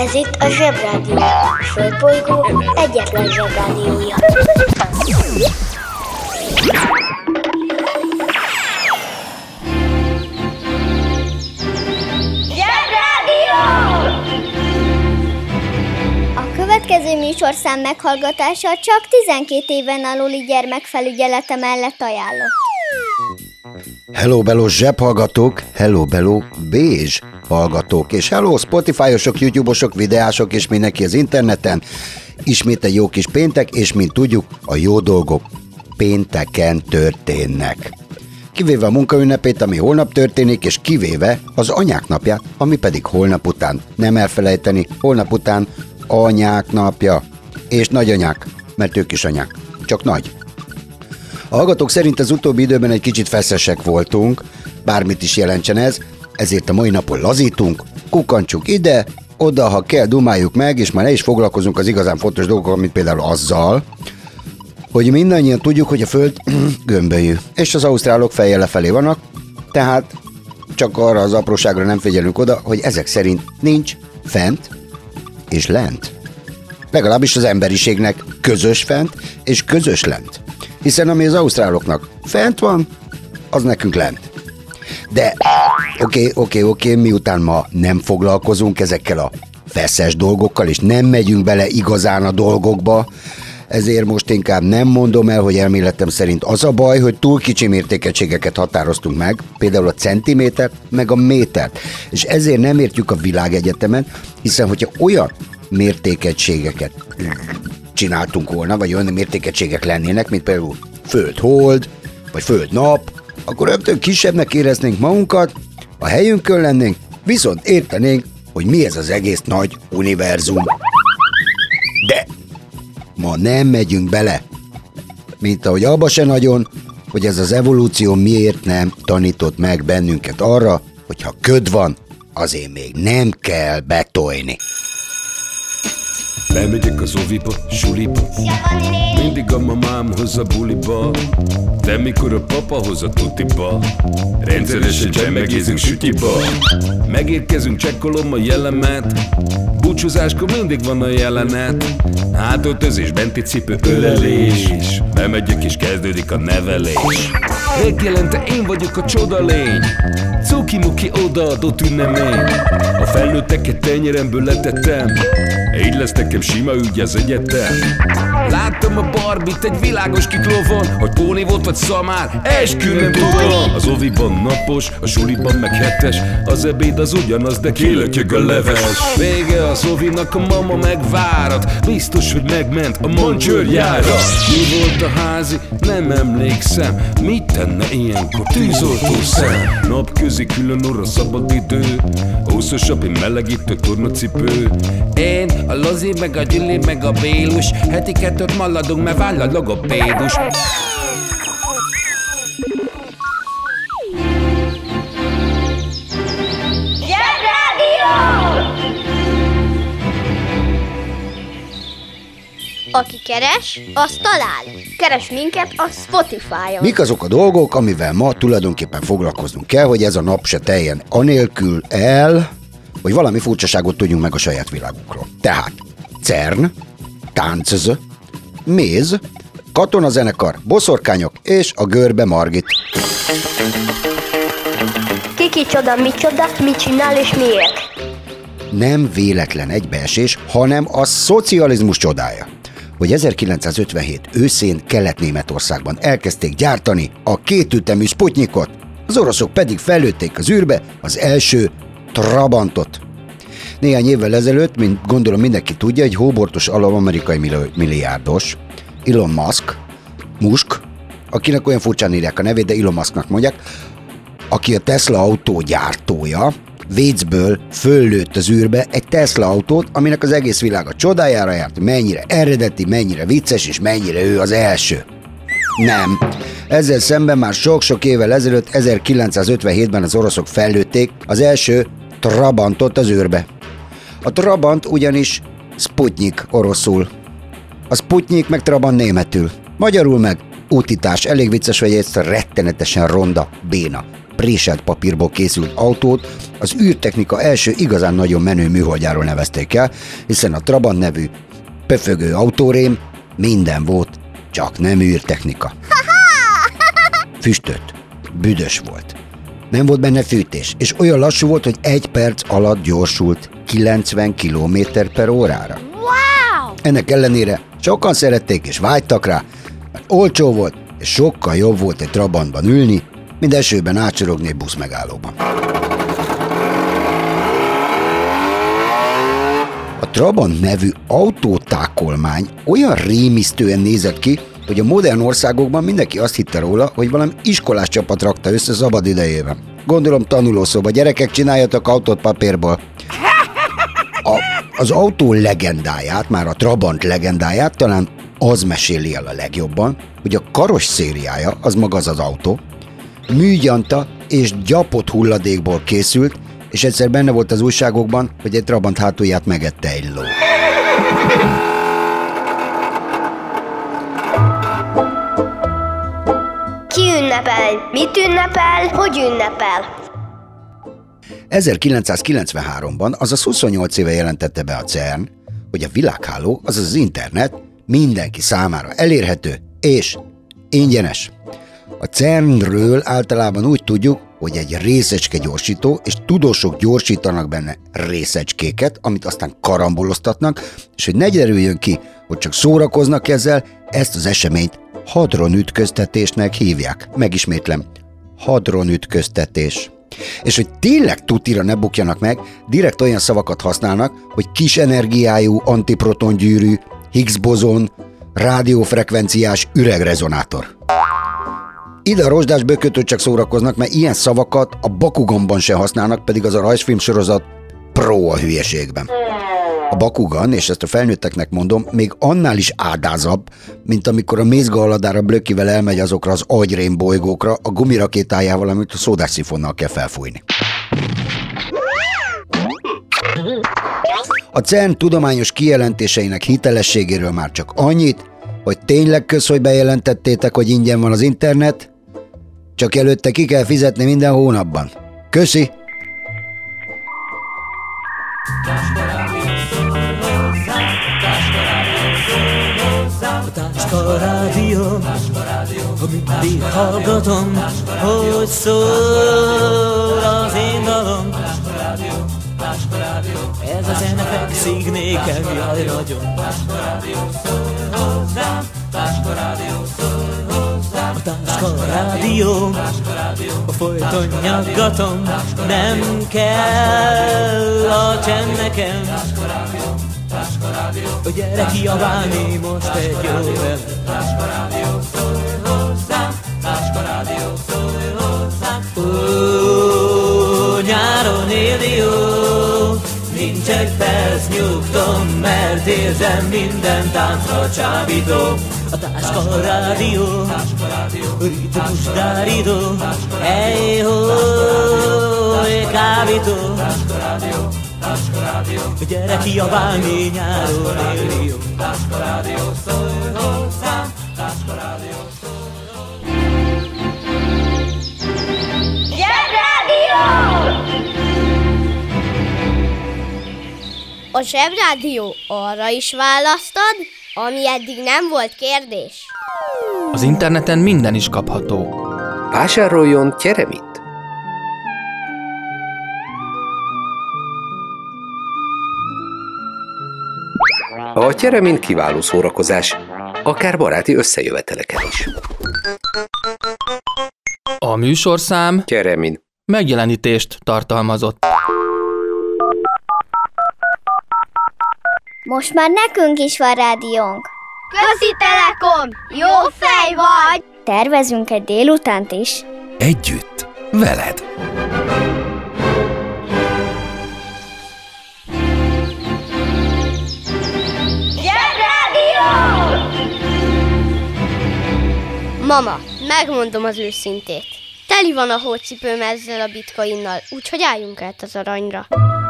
Ez itt a Zsebrádió, a Földbolygó egyetlen Zsebrádiója. Zsebrádió! A következő műsorszám meghallgatása csak 12 éven aluli gyermekfelügyelete mellett ajánlott. Hello, bello, zsebhallgatók, hello, bello, bézs hallgatók, és hello, Spotify-osok, YouTube-osok, videások, és mindenki az interneten. Ismét egy jó kis péntek, és mint tudjuk, a jó dolgok pénteken történnek. Kivéve a munkaünnepét, ami holnap történik, és kivéve az anyák napját, ami pedig holnap után. Nem elfelejteni, holnap után anyák napja. És nagyanyák, mert ők is anyák, csak nagy. A hallgatók szerint az utóbbi időben egy kicsit feszesek voltunk, bármit is jelentsen ez, ezért a mai napon lazítunk, kukancsuk ide, oda, ha kell, dumáljuk meg, és már ne is foglalkozunk az igazán fontos dolgokkal, mint például azzal, hogy mindannyian tudjuk, hogy a Föld gömbölyű, és az ausztrálok fejjel lefelé vannak, tehát csak arra az apróságra nem figyelünk oda, hogy ezek szerint nincs fent és lent. Legalábbis az emberiségnek közös fent és közös lent. Hiszen ami az ausztráloknak fent van, az nekünk lent. De oké, miután ma nem foglalkozunk ezekkel a feszes dolgokkal, és nem megyünk bele igazán a dolgokba, ezért most inkább nem mondom el, hogy elméletem szerint az a baj, hogy túl kicsi mértékegységeket határoztunk meg, például a centimétert, meg a métert. És ezért nem értjük a világegyetemen, hiszen hogyha olyan mértékegységeket csináltunk volna, vagy olyan mértékegységek lennének, mint például Föld-hold, vagy Föld-nap, akkor rögtön kisebbnek éreznénk magunkat, a helyünkön lennénk, viszont értenénk, hogy mi ez az egész nagy univerzum. De ma nem megyünk bele, mint ahogy abba se nagyon, hogy ez az evolúció miért nem tanított meg bennünket arra, hogy ha köd van, azért még nem kell betojni. Bemegyek az oviba, suliba, mindig a mamám hoz a buliba, de mikor a papa hoz a tutiba, rendszeresen csemmegézünk sütiba. Megérkezünk, csekkolom a jellemet, búcsúzáskor mindig van a jelenet, hátöltözés, benti cipő, ölelés, bemegyek és kezdődik a nevelés. Reggelente én vagyok a csodalény, cuki-muki odaadott ünnemény, a felnőtteket tenyeremből letettem, így lesz nekem sima ügy az egyetem. Láttam a Barbit egy világos kiklovon, hogy Póni volt vagy szamár, eskü nem tudom. Az oviban napos, a suliban meg hetes, az ebéd az ugyanaz, de kilötyög a leves. Vége az ovinak, a mama megvárat, biztos, hogy megment a mancsőrjára. Mi volt a házi? Nem emlékszem, mit tenne ilyenkor tűzoltó szem? Napközi külön orra szabad idő, úszosabb, én melegítő tornacipő. Én, a Lozi, meg a Gyüli, meg a Bélus, heti kettőt maladunk, mert váll a logopédus. Aki keres, az talál. Keres minket a Spotify-on. Mik azok a dolgok, amivel ma tulajdonképpen foglalkoznunk kell, hogy ez a nap se teljen anélkül el, hogy valami furcsaságot tudjunk meg a saját világunkról. Tehát CERN, táncz, méz, katonazenekar, boszorkányok és a Görbe Margit. Ki kicsoda, micsoda, mit csinál és miért? Nem véletlen egybeesés, hanem a szocializmus csodája, hogy 1957 őszén Kelet-Németországban elkezdték gyártani a kétütemű Sputnikot, az oroszok pedig fellőtték az űrbe az első Trabantot. Néhány évvel ezelőtt, mint gondolom mindenki tudja, egy hóbortos alap-amerikai milliárdos, Elon Musk, akinek olyan furcsán írják a nevét, de Elon Musknak mondják, aki a Tesla autó gyártója, Vécből föllőtt az űrbe egy Tesla autót, aminek az egész világ a csodájára járt, mennyire eredeti, mennyire vicces, és mennyire ő az első. Nem. Ezzel szemben már sok-sok évvel ezelőtt, 1957-ben az oroszok fellőtték az első Trabantot az űrbe. A Trabant ugyanis Sputnik oroszul. A Sputnik meg Trabant németül. Magyarul meg útitás. Elég vicces, hogy ezt rettenetesen ronda béna préselt papírból készült autót az űrtechnika első igazán nagyon menő műholdjáról nevezték el, hiszen a Trabant nevű pöfögő autórém minden volt, csak nem űrtechnika. Füstölt, büdös volt. Nem volt benne fűtés, és olyan lassú volt, hogy 1 perc alatt gyorsult 90 km/órára. Wow! Ennek ellenére sokan szerették és vágytak rá, mert olcsó volt, és sokkal jobb volt egy Trabantban ülni, mint esőben átsorogni egy buszmegállóban. A Trabant nevű autótákolmány olyan rémisztően nézett ki, hogy a modern országokban mindenki azt hitte róla, hogy valami iskolás csapat rakta össze szabad idejében. Gondolom tanulószoba, gyerekek, csináljatok autót papírból. Az autó legendáját, már a Trabant legendáját talán az meséli el a legjobban, hogy a karosszériája, az maga az autó, műgyanta és gyapott hulladékból készült, és egyszer benne volt az újságokban, hogy egy Trabant hátulját megette egy ló. Ki ünnepel? Mit ünnepel? Hogy ünnepel? 1993-ban, azaz 28 éve jelentette be a CERN, hogy a világháló, azaz az internet mindenki számára elérhető és ingyenes. A CERN-ről általában úgy tudjuk, hogy egy részecske gyorsító, és tudósok gyorsítanak benne részecskéket, amit aztán karamboloztatnak, és hogy ne derüljön ki, hogy csak szórakoznak ezzel, ezt az eseményt hadronütköztetésnek hívják. Megismétlem, hadronütköztetés. És hogy tényleg tutira ne bukjanak meg, direkt olyan szavakat használnak, hogy kis energiájú antiprotongyűrű, Higgs-bozon, rádiófrekvenciás üregrezonátor. Ide a rozsdás bökötőt csak szórakoznak, mert ilyen szavakat a Bakuganban se használnak, pedig az a rajzfilmsorozat pro a hülyeségben. A Bakugan, és ezt a felnőtteknek mondom, még annál is ádázabb, mint amikor a mézgahaladára Blökkivel elmegy azokra az agyrém bolygókra a gumirakétájával, amit a szódásszifonnal kell felfújni. A CERN tudományos kijelentéseinek hitelességéről már csak annyit, hogy tényleg kösz, hogy bejelentettétek, hogy ingyen van az internet, csak előtte ki kell fizetni minden hónapban. Köszi! A Táska Rádió, mindig hallgatom, hogy szól az én dalom. Ez a zene fekszik nékem, jaj nagyon. A Táska Rádió, folyton nyaggatom, nem kell a csend nekem. Gyere kiabálni most egy jó vele. Ó, nyáron élni jó, nincs egy perc nyugtom, mert érzem minden táncra csábító. A Táska Rádió, ritmus dárító, ejjhó, kábító. Gyere kiabálni nyáron élni jó. Táska Rádió, szólj hozzám, Táska Rádió, szólj hozzám. Zsebrádió! A Zsebrádió arra is választad, ami eddig nem volt kérdés. Az interneten minden is kapható. Vásároljon Tyeremit! A Tyeremint kiváló szórakozás, akár baráti összejöveteleken is. A műsorszám Tyeremint megjelenítést tartalmazott. Most már nekünk is van rádiónk. Köszi Telekom! Jó fej vagy! Tervezünk egy délutánt is. Együtt, veled! Mama, megmondom az őszintét. Teli van a hócipőm ezzel a bitcoinnal, úgyhogy álljunk át az aranyra.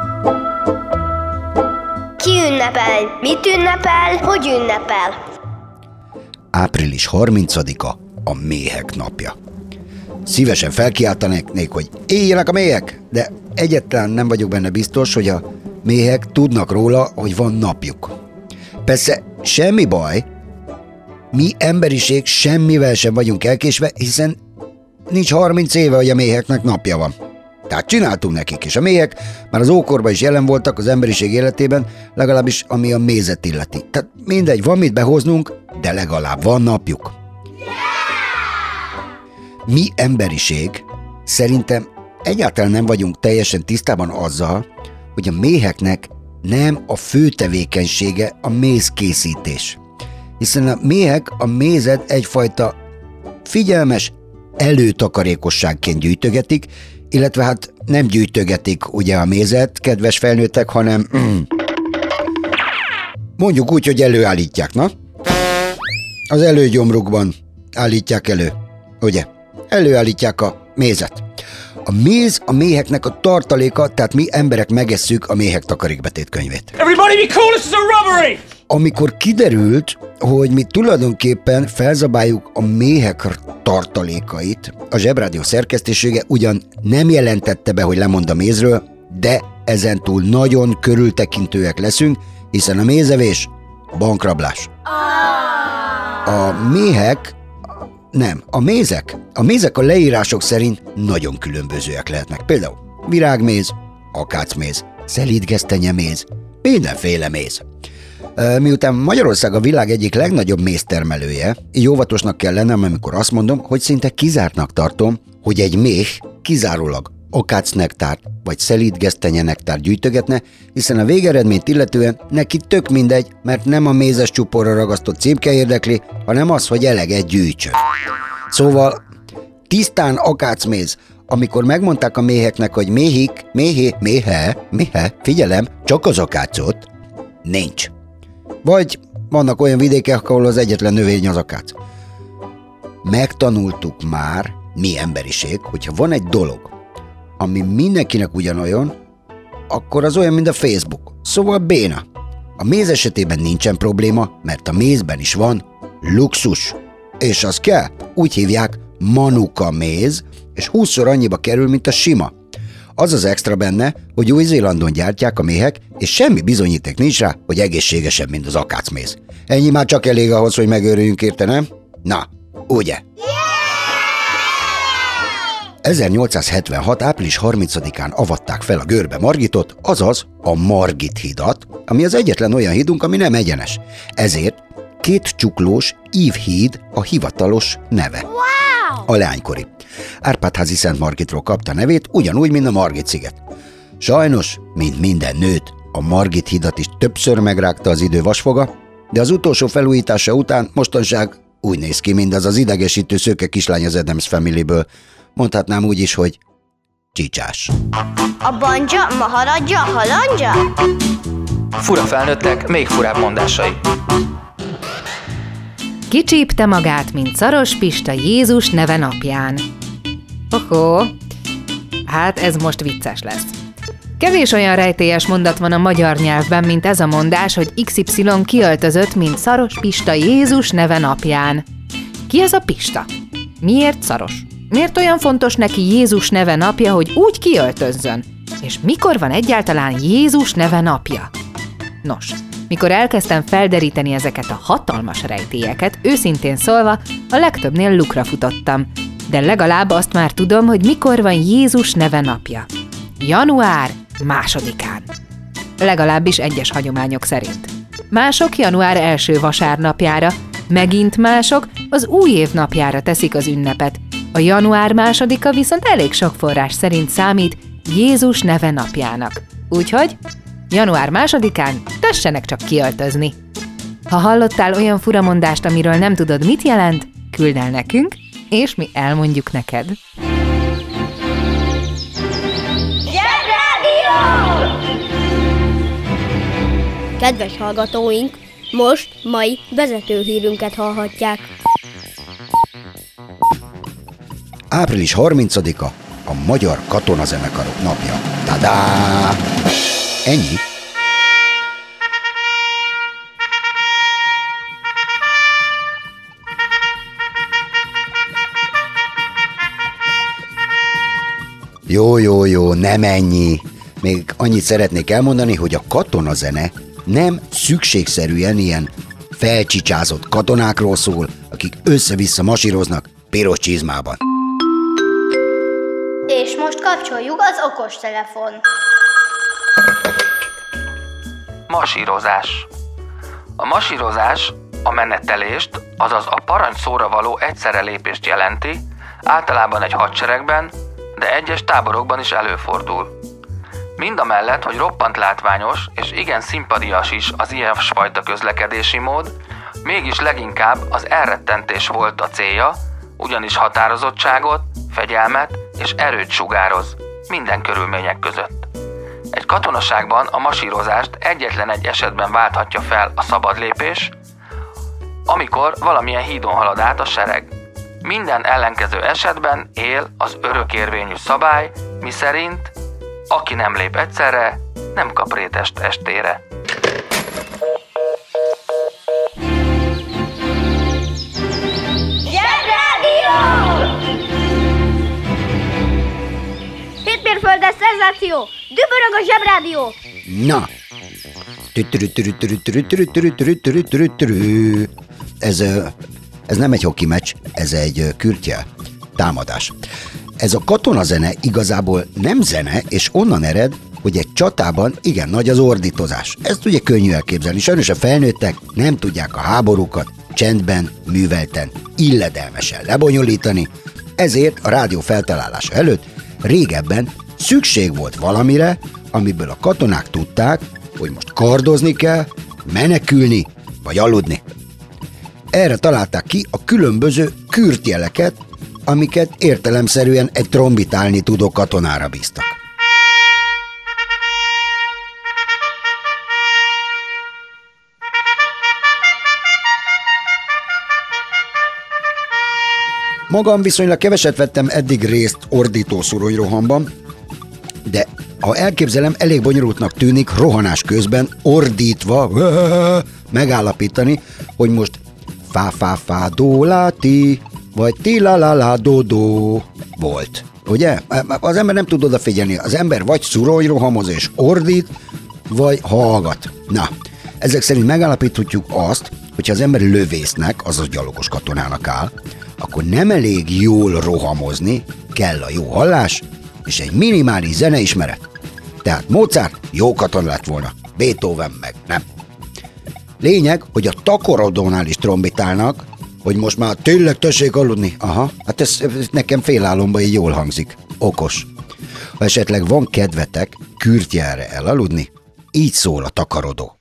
Ki ünnepel? Mit ünnepel? Hogy ünnepel? Április 30-a a méhek napja. szívesen felkiáltanék, hogy éljenek a méhek, de egyáltalán nem vagyok benne biztos, hogy a méhek tudnak róla, hogy van napjuk. Persze semmi baj, mi emberiség semmivel sem vagyunk elkésve, hiszen nincs 30 éve, hogy a méheknek napja van. Tehát csináltunk nekik, és a méhek már az ókorban is jelen voltak az emberiség életében, legalábbis ami a mézet illeti. Tehát mindegy, van mit behoznunk, de legalább van napjuk. Mi emberiség szerintem egyáltalán nem vagyunk teljesen tisztában azzal, hogy a méheknek nem a fő tevékenysége a mézkészítés. Hiszen a méhek a mézet egyfajta figyelmes előtakarékosságként gyűjtögetik, illetve hát nem gyűjtögetik ugye a mézet, kedves felnőttek, hanem mondjuk úgy, hogy előállítják, na? Az előgyomrukban állítják elő, ugye? Előállítják a mézet. A méz a méheknek a tartaléka, tehát mi emberek megesszük a méhek takarékbetétkönyvét. Everybody be cool, this is a robbery! Amikor kiderült, hogy mi tulajdonképpen felzabáljuk a méhek tartalékait, a Zsebrádió szerkesztősége ugyan nem jelentette be, hogy lemond a mézről, de ezentúl nagyon körültekintőek leszünk, hiszen a mézevés bankrablás. A mézek a leírások szerint nagyon különbözőek lehetnek. Például virágméz, akácméz, szelídgesztenyeméz, mindenféle méz. Miután Magyarország a világ egyik legnagyobb méztermelője, így óvatosnak kell lennem, amikor azt mondom, hogy szinte kizártnak tartom, hogy egy méh kizárólag akácnektárt vagy szelídgesztenyenektárt gyűjtögetne, hiszen a végeredményt illetően neki tök mindegy, mert nem a mézes csuporra ragasztott címke érdekli, hanem az, hogy eleget gyűjtsön. Szóval tisztán akácméz, amikor megmondták a méheknek, hogy méhe, figyelem, csak az akácot, nincs. Vagy vannak olyan vidékek, ahol az egyetlen növény az akác. Megtanultuk már, mi emberiség, hogyha van egy dolog, ami mindenkinek ugyanolyan, akkor az olyan, mint a Facebook. Szóval béna. A méz esetében nincsen probléma, mert a mézben is van luxus. És az kell. Úgy hívják manuka méz, és 20-szor annyiba kerül, mint a sima. Az az extra benne, hogy Új-Zélandon gyártják a méhek, és semmi bizonyíték nincs rá, hogy egészségesebb, mint az akácméz. Ennyi már csak elég ahhoz, hogy megőrüljünk érte, nem? Na, ugye? 1876. április 30-án avatták fel a Görbe Margitot, azaz a Margit hidat, ami az egyetlen olyan hídunk, ami nem egyenes. Ezért két csuklós ívhíd a hivatalos neve. Wow! A leánykori. Árpád-házi Szent Margitról kapta nevét, ugyanúgy, mint a Margit-sziget. Sajnos, mint minden nőt, a Margit hidat is többször megrágta az idő vasfoga, de az utolsó felújítása után mostanság úgy néz ki, mint az idegesítő szőke kislány az Addams Familyből. Mondhatnám úgy is, hogy csicsás. A banja, maharadja, halandja? Fura felnőttek, még furább mondásai. Kicsípte magát, mint Szaros Pista Jézus neve napján. Ohó, hát ez most vicces lesz. Kevés olyan rejtélyes mondat van a magyar nyelvben, mint ez a mondás, hogy XY kiöltözött, mint Szaros Pista Jézus neve napján. Ki ez a Pista? Miért szaros? Miért olyan fontos neki Jézus neve napja, hogy úgy kiöltözzön? És mikor van egyáltalán Jézus neve napja? Nos, mikor elkezdtem felderíteni ezeket a hatalmas rejtélyeket, őszintén szólva, a legtöbbnél lukra futottam. De legalább azt már tudom, hogy mikor van Jézus neve napja. Január 2-án. Legalábbis egyes hagyományok szerint. Mások január 1. vasárnapjára, megint mások az új év napjára teszik az ünnepet. A január 2-a viszont elég sok forrás szerint számít Jézus neve napjának. Úgyhogy január 2-án tessenek csak kiöltözni. Ha hallottál olyan furamondást, amiről nem tudod, mit jelent, küldd el nekünk, és mi elmondjuk neked. Kedves hallgatóink, most mai vezetőhírünket hallhatják. Április 30-a a Magyar Katonazenekarok napja. Tadá! Ennyi? Jó, nem ennyi. Még annyit szeretnék elmondani, hogy a katonazene nem szükségszerűen ilyen felcsicsázott katonákról szól, akik össze-vissza masíroznak piros csizmában. És most kapcsoljuk az okostelefon. Masírozás. A masírozás a menetelést, azaz a parancsszóra való egyszerre lépést jelenti, általában egy hadseregben, de egyes táborokban is előfordul. Mindamellett, hogy roppant látványos és igen szimpadias is az ilyesfajta közlekedési mód, mégis leginkább az elrettentés volt a célja, ugyanis határozottságot, fegyelmet és erőt sugároz minden körülmények között. Egy katonaságban a masírozást egyetlen egy esetben válthatja fel a szabadlépés, amikor valamilyen hídon halad át a sereg. Minden ellenkező esetben él az örökérvényű szabály, miszerint aki nem lép egyszerre, nem kap rétest estére. Zsebrádió! Hétmérföldes szenzáció! Dübörög a Zsebrádió! Na! Ez nem egy hoki meccs, ez egy kürtjel. Támadás. Ez a katonazene igazából nem zene, és onnan ered, hogy egy csatában igen nagy az ordítozás. Ezt ugye könnyű elképzelni. Sajnos a felnőttek nem tudják a háborúkat csendben, művelten, illedelmesen lebonyolítani, ezért a rádió feltalálása előtt régebben szükség volt valamire, amiből a katonák tudták, hogy most kardozni kell, menekülni vagy aludni. Erre találták ki a különböző kürtjeleket, amiket értelemszerűen egy trombitálni tudó katonára bíztak. Magam viszonylag keveset vettem eddig részt ordító szurolyrohamban, de ha elképzelem, elég bonyolultnak tűnik rohanás közben ordítva megállapítani, hogy most fá do la ti, vagy ti la do volt. Ugye? Az ember nem tud odafigyelni. Az ember vagy szurolyrohamoz és ordít, vagy hallgat. Na, ezek szerint megállapíthatjuk azt, hogyha az ember lövésznek, azaz gyalogos katonának áll, akkor nem elég jól rohamozni, kell a jó hallás és egy minimális zeneismeret. Tehát Mozart jó katona lett volna, Beethoven meg nem. Lényeg, hogy a takarodónál is trombitálnak, hogy most már tényleg tessék aludni. Aha, hát ez nekem félálomban így jól hangzik. Okos. Ha esetleg van kedvetek kürtjelre elaludni, így szól a takarodó.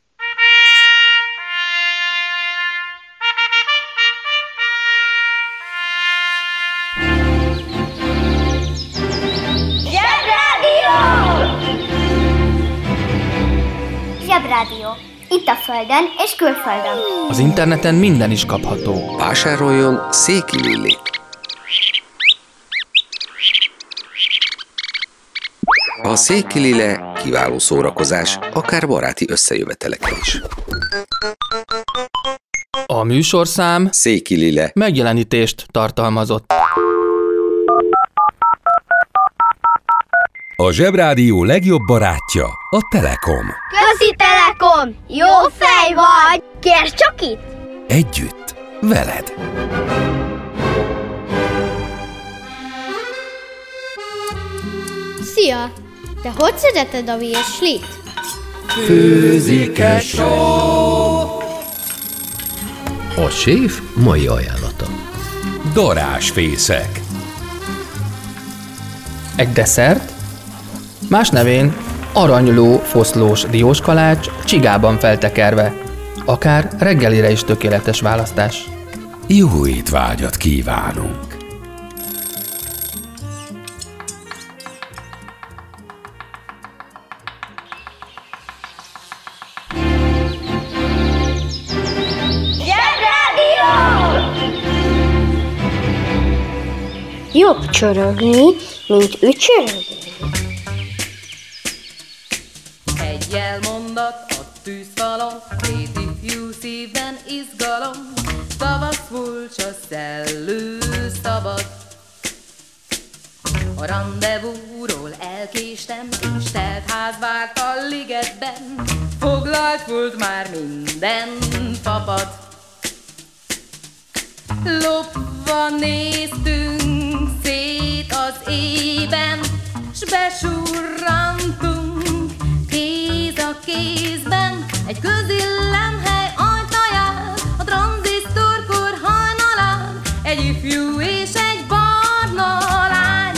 Zsebrádió. Itt a Földön és külföldön. Az interneten minden is kapható. Vásároljon Széki Lillit. A Széki Lile kiváló szórakozás, akár baráti összejöveteleken is. A műsorszám Széki Lile megjelenítést tartalmazott. A Zsebrádió legjobb barátja a Telekom. Köszi Telekom! Jó fej vagy! Kérd csak itt! Együtt, veled. Szia! Te hogy szereted a virslit? Főzik-e só? A séf mai ajánlata. Darásfészek. Egy desszert, más nevén aranyló foszlós dióskalács csigában feltekerve. Akár reggelire is tökéletes választás. Jó étvágyat kívánunk! Jobb csorogni, mint ücsörögni. Egyel mondat a tűzfalon, két ifjú szívben izgalom, tavasz furcsa szellő szabad. A rendezvúról elkéstem, és telt ház várt a ligetben. Foglalt volt már minden papad. Lopva néztünk szét az ében, s besurrantunk kéz a kézben egy közillemhely ajtaján, a tranzisztorkor hajnalán, egy ifjú és egy barna lány.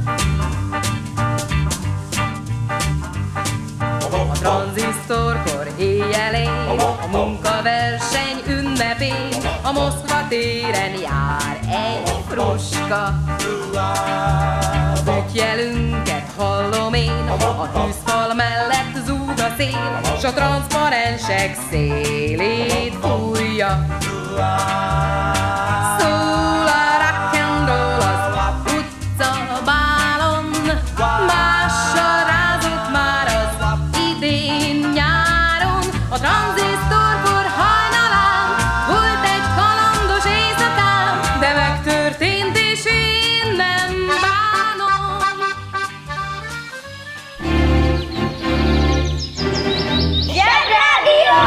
A tranzisztorkor éjjelén, a munkaverseny ünnepén, a Moszkva téren jár egy fruska. Útjelünket hallom én, a tűzfal mellett zúg a szél, s a transzparensek szélét fújja. Szól a rock and roll az utcabálon, mással rázott már az idén nyáron. A tranzisztorkor hajnalán volt egy kalandos éjszakám, de megtörtént és én nem bánom. Zsebrádió!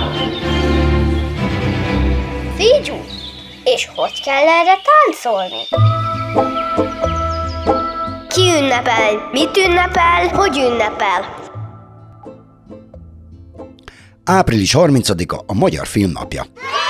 Figyú, és hogy kell erre táncolni? Ki ünnepel? Mit ünnepel? Hogy ünnepel? Április 30-a a Magyar Filmnapja.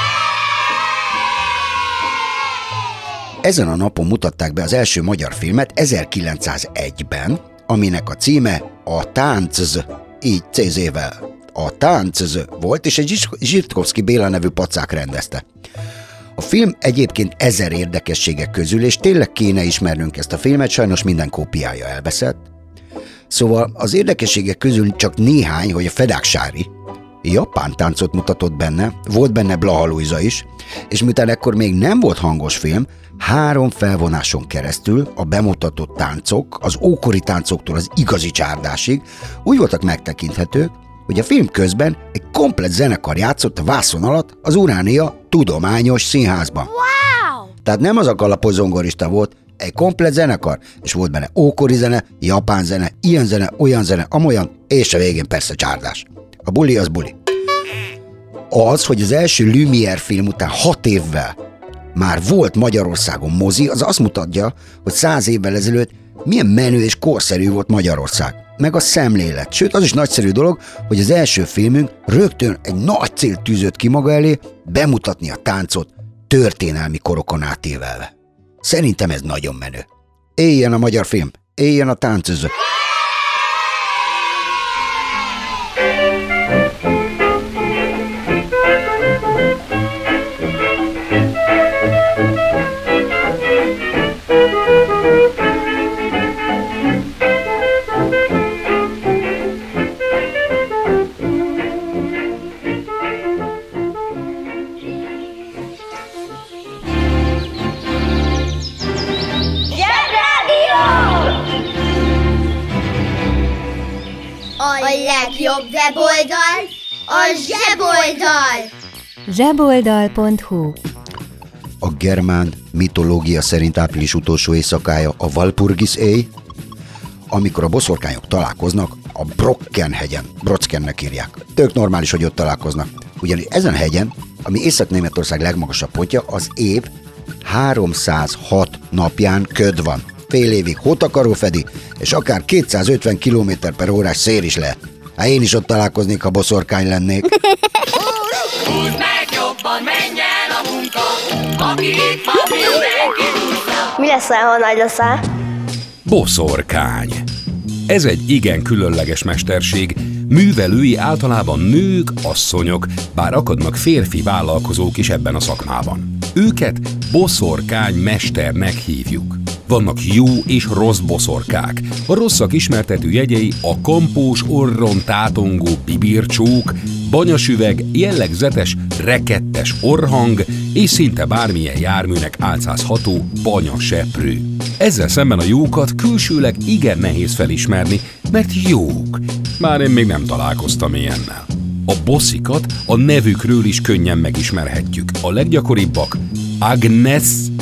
Ezen a napon mutatták be az első magyar filmet 1901-ben, aminek a címe a Táncz, így CZ-vel. A Táncz volt, és egy Zsitkovszky Béla nevű pacák rendezte. A film egyébként 1000 érdekessége közül, és tényleg kéne ismernünk ezt a filmet, sajnos minden kópiája elveszett. Szóval az érdekességek közül csak néhány, hogy a Fedák Sári japán táncot mutatott benne, volt benne Blaha Lujza is, és miután ekkor még nem volt hangos film, 3 felvonáson keresztül a bemutatott táncok, az ókori táncoktól az igazi csárdásig úgy voltak megtekinthetők, hogy a film közben egy komplett zenekar játszott a vászon alatt az Uránia Tudományos Színházban. Wow! Tehát nem az a kalapos zongorista volt, egy komplett zenekar, és volt benne ókori zene, japán zene, ilyen zene, olyan zene, amolyan, és a végén persze csárdás. A buli az buli. Az, hogy az első Lumière film után 6 évvel már volt Magyarországon mozi, az azt mutatja, hogy 100 évvel ezelőtt milyen menő és korszerű volt Magyarország. Meg a szemlélet. Sőt, az is nagyszerű dolog, hogy az első filmünk rögtön egy nagy célt tűzött ki maga elé, bemutatni a táncot történelmi korokon átévelve. Szerintem ez nagyon menő. Éljen a magyar film, éljen a táncozó. A legjobb weboldal a Zseboldal! Zseboldal.hu. A germán mitológia szerint április utolsó éjszakája a Walpurgis-éj, amikor a boszorkányok találkoznak a Brocken-hegyen. Brockennek írják. Tök normális, hogy ott találkoznak. Ugyanis ezen hegyen, ami Észak-Németország legmagasabb pontja, az év 306 napján köd van. Fél évig hótakaró fedi, és akár 250 km/h szél is lehet. Hát én is ott találkoznék, ha boszorkány lennék. Húzd meg jobban, menjen a munka, aki itt van, mindenki húzza. Mi leszel, ha nagy leszel? Boszorkány. Ez egy igen különleges mesterség. Művelői általában nők, asszonyok, bár akadnak férfi vállalkozók is ebben a szakmában. Őket boszorkány mesternek hívjuk. Vannak jó és rossz boszorkák. A rosszak ismertető jegyei a kampós orron tátongó bibircsók, banyasüveg, jellegzetes, rekettes orrhang és szinte bármilyen járműnek álcázható banyaseprő. Ezzel szemben a jókat külsőleg igen nehéz felismerni, mert jók. Bár én még nem találkoztam ilyennel. A bosszikat a nevükről is könnyen megismerhetjük. A leggyakoribbak Agnes,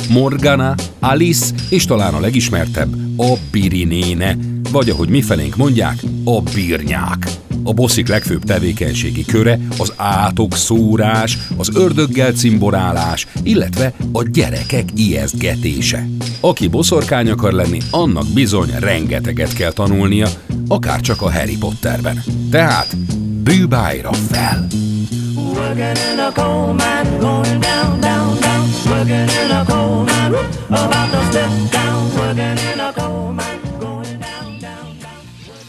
Morgana, Alice és talán a legismertebb, a Birinéne, vagy ahogy mifelénk mondják, a birnyák. A bosszik legfőbb tevékenységi köre az átokszórás, az ördöggel cimborálás, illetve a gyerekek ijesztgetése. Aki boszorkány akar lenni, annak bizony rengeteget kell tanulnia, akár csak a Harry Potterben. Tehát bűbájra fel! Working in a coal mine, going down, down, down. Working in a coal mine, about to step down. Working in a coal mine, going down, down, down.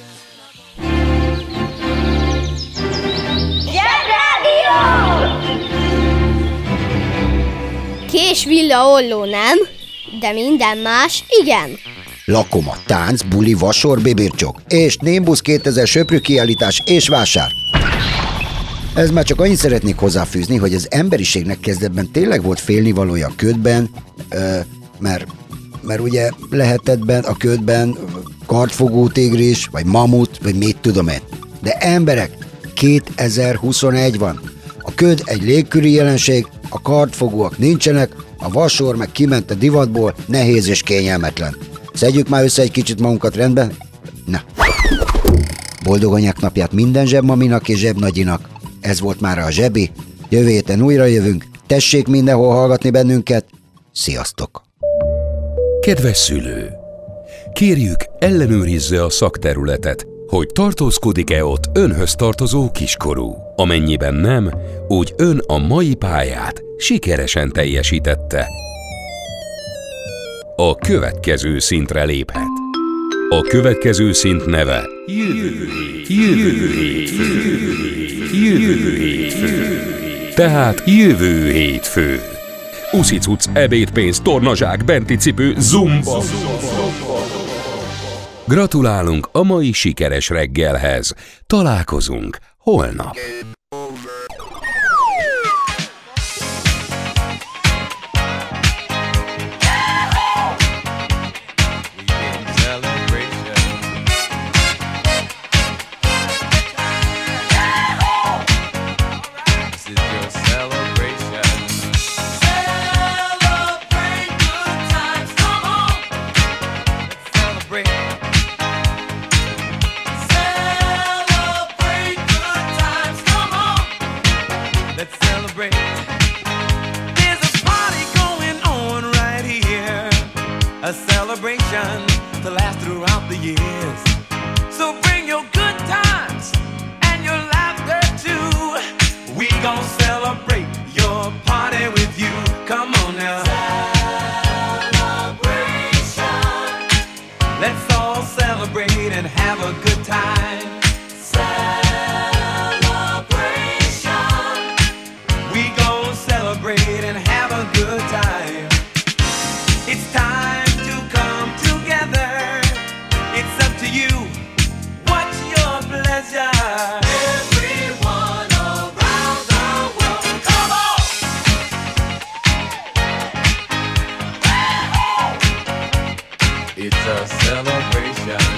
Zsebrádió! Kés, villa, olló nem, de minden más igen. Lakoma, tánc, buli, vasor, bibircsok és Nimbus 2000 söprű kiállítás és vásár. Ez már csak annyit szeretnék hozzáfűzni, hogy az emberiségnek kezdetben tényleg volt félnivalója a ködben, mert ugye lehetett a ködben kardfogó tigris, vagy mamut, vagy mit tudom én. De emberek, 2021 van. A köd egy légköri jelenség, a kardfogóak nincsenek, a vasor meg kiment a divatból, nehéz és kényelmetlen. Szedjük már össze egy kicsit magunkat rendben? Na. Boldog anyák napját minden zsebmaminak és zsebnagyinak. Ez volt már a Zsebi. Jövő héten újra jövünk. Tessék mindenhol hallgatni bennünket. Sziasztok! Kedves szülő! Kérjük, ellenőrizze a szakterületet, hogy tartózkodik-e ott önhöz tartozó kiskorú. Amennyiben nem, úgy ön a mai pályát sikeresen teljesítette. A következő szintre léphet. A következő szint neve Jövő hétfő. Tehát jövő hétfő. Uszicuc, ebédpénz, tornazsák, benti cipő, zumba. Gratulálunk a mai sikeres reggelhez. Találkozunk holnap. A celebration to last throughout the years. So bring your good times and your laughter too. We gon' celebrate your party with you. Come on now. Celebration. Let's all celebrate and have a good time. Celebration. We gon' celebrate and have a good time. It's time. Everyone around the world, come on! It's a celebration.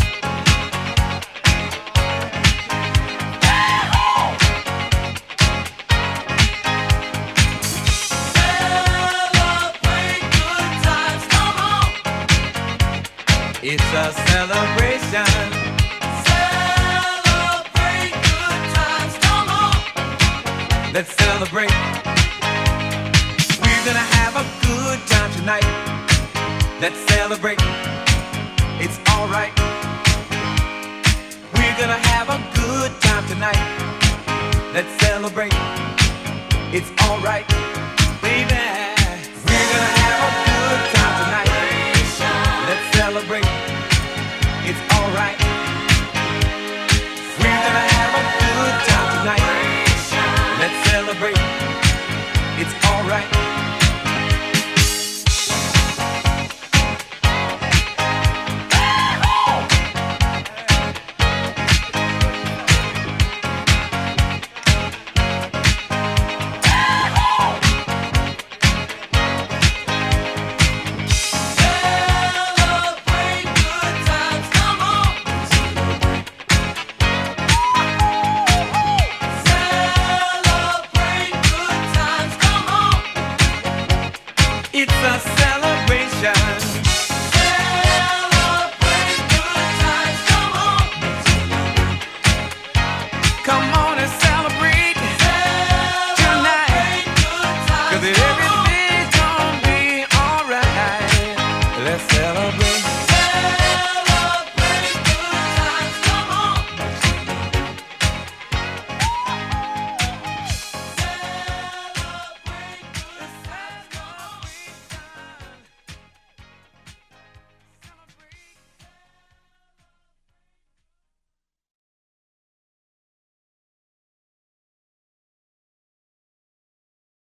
Celebrate good times, come on! It's a celebration. Let's celebrate. We're gonna have a good time tonight. Let's celebrate. It's alright. We're gonna have a good time tonight. Let's celebrate. It's alright.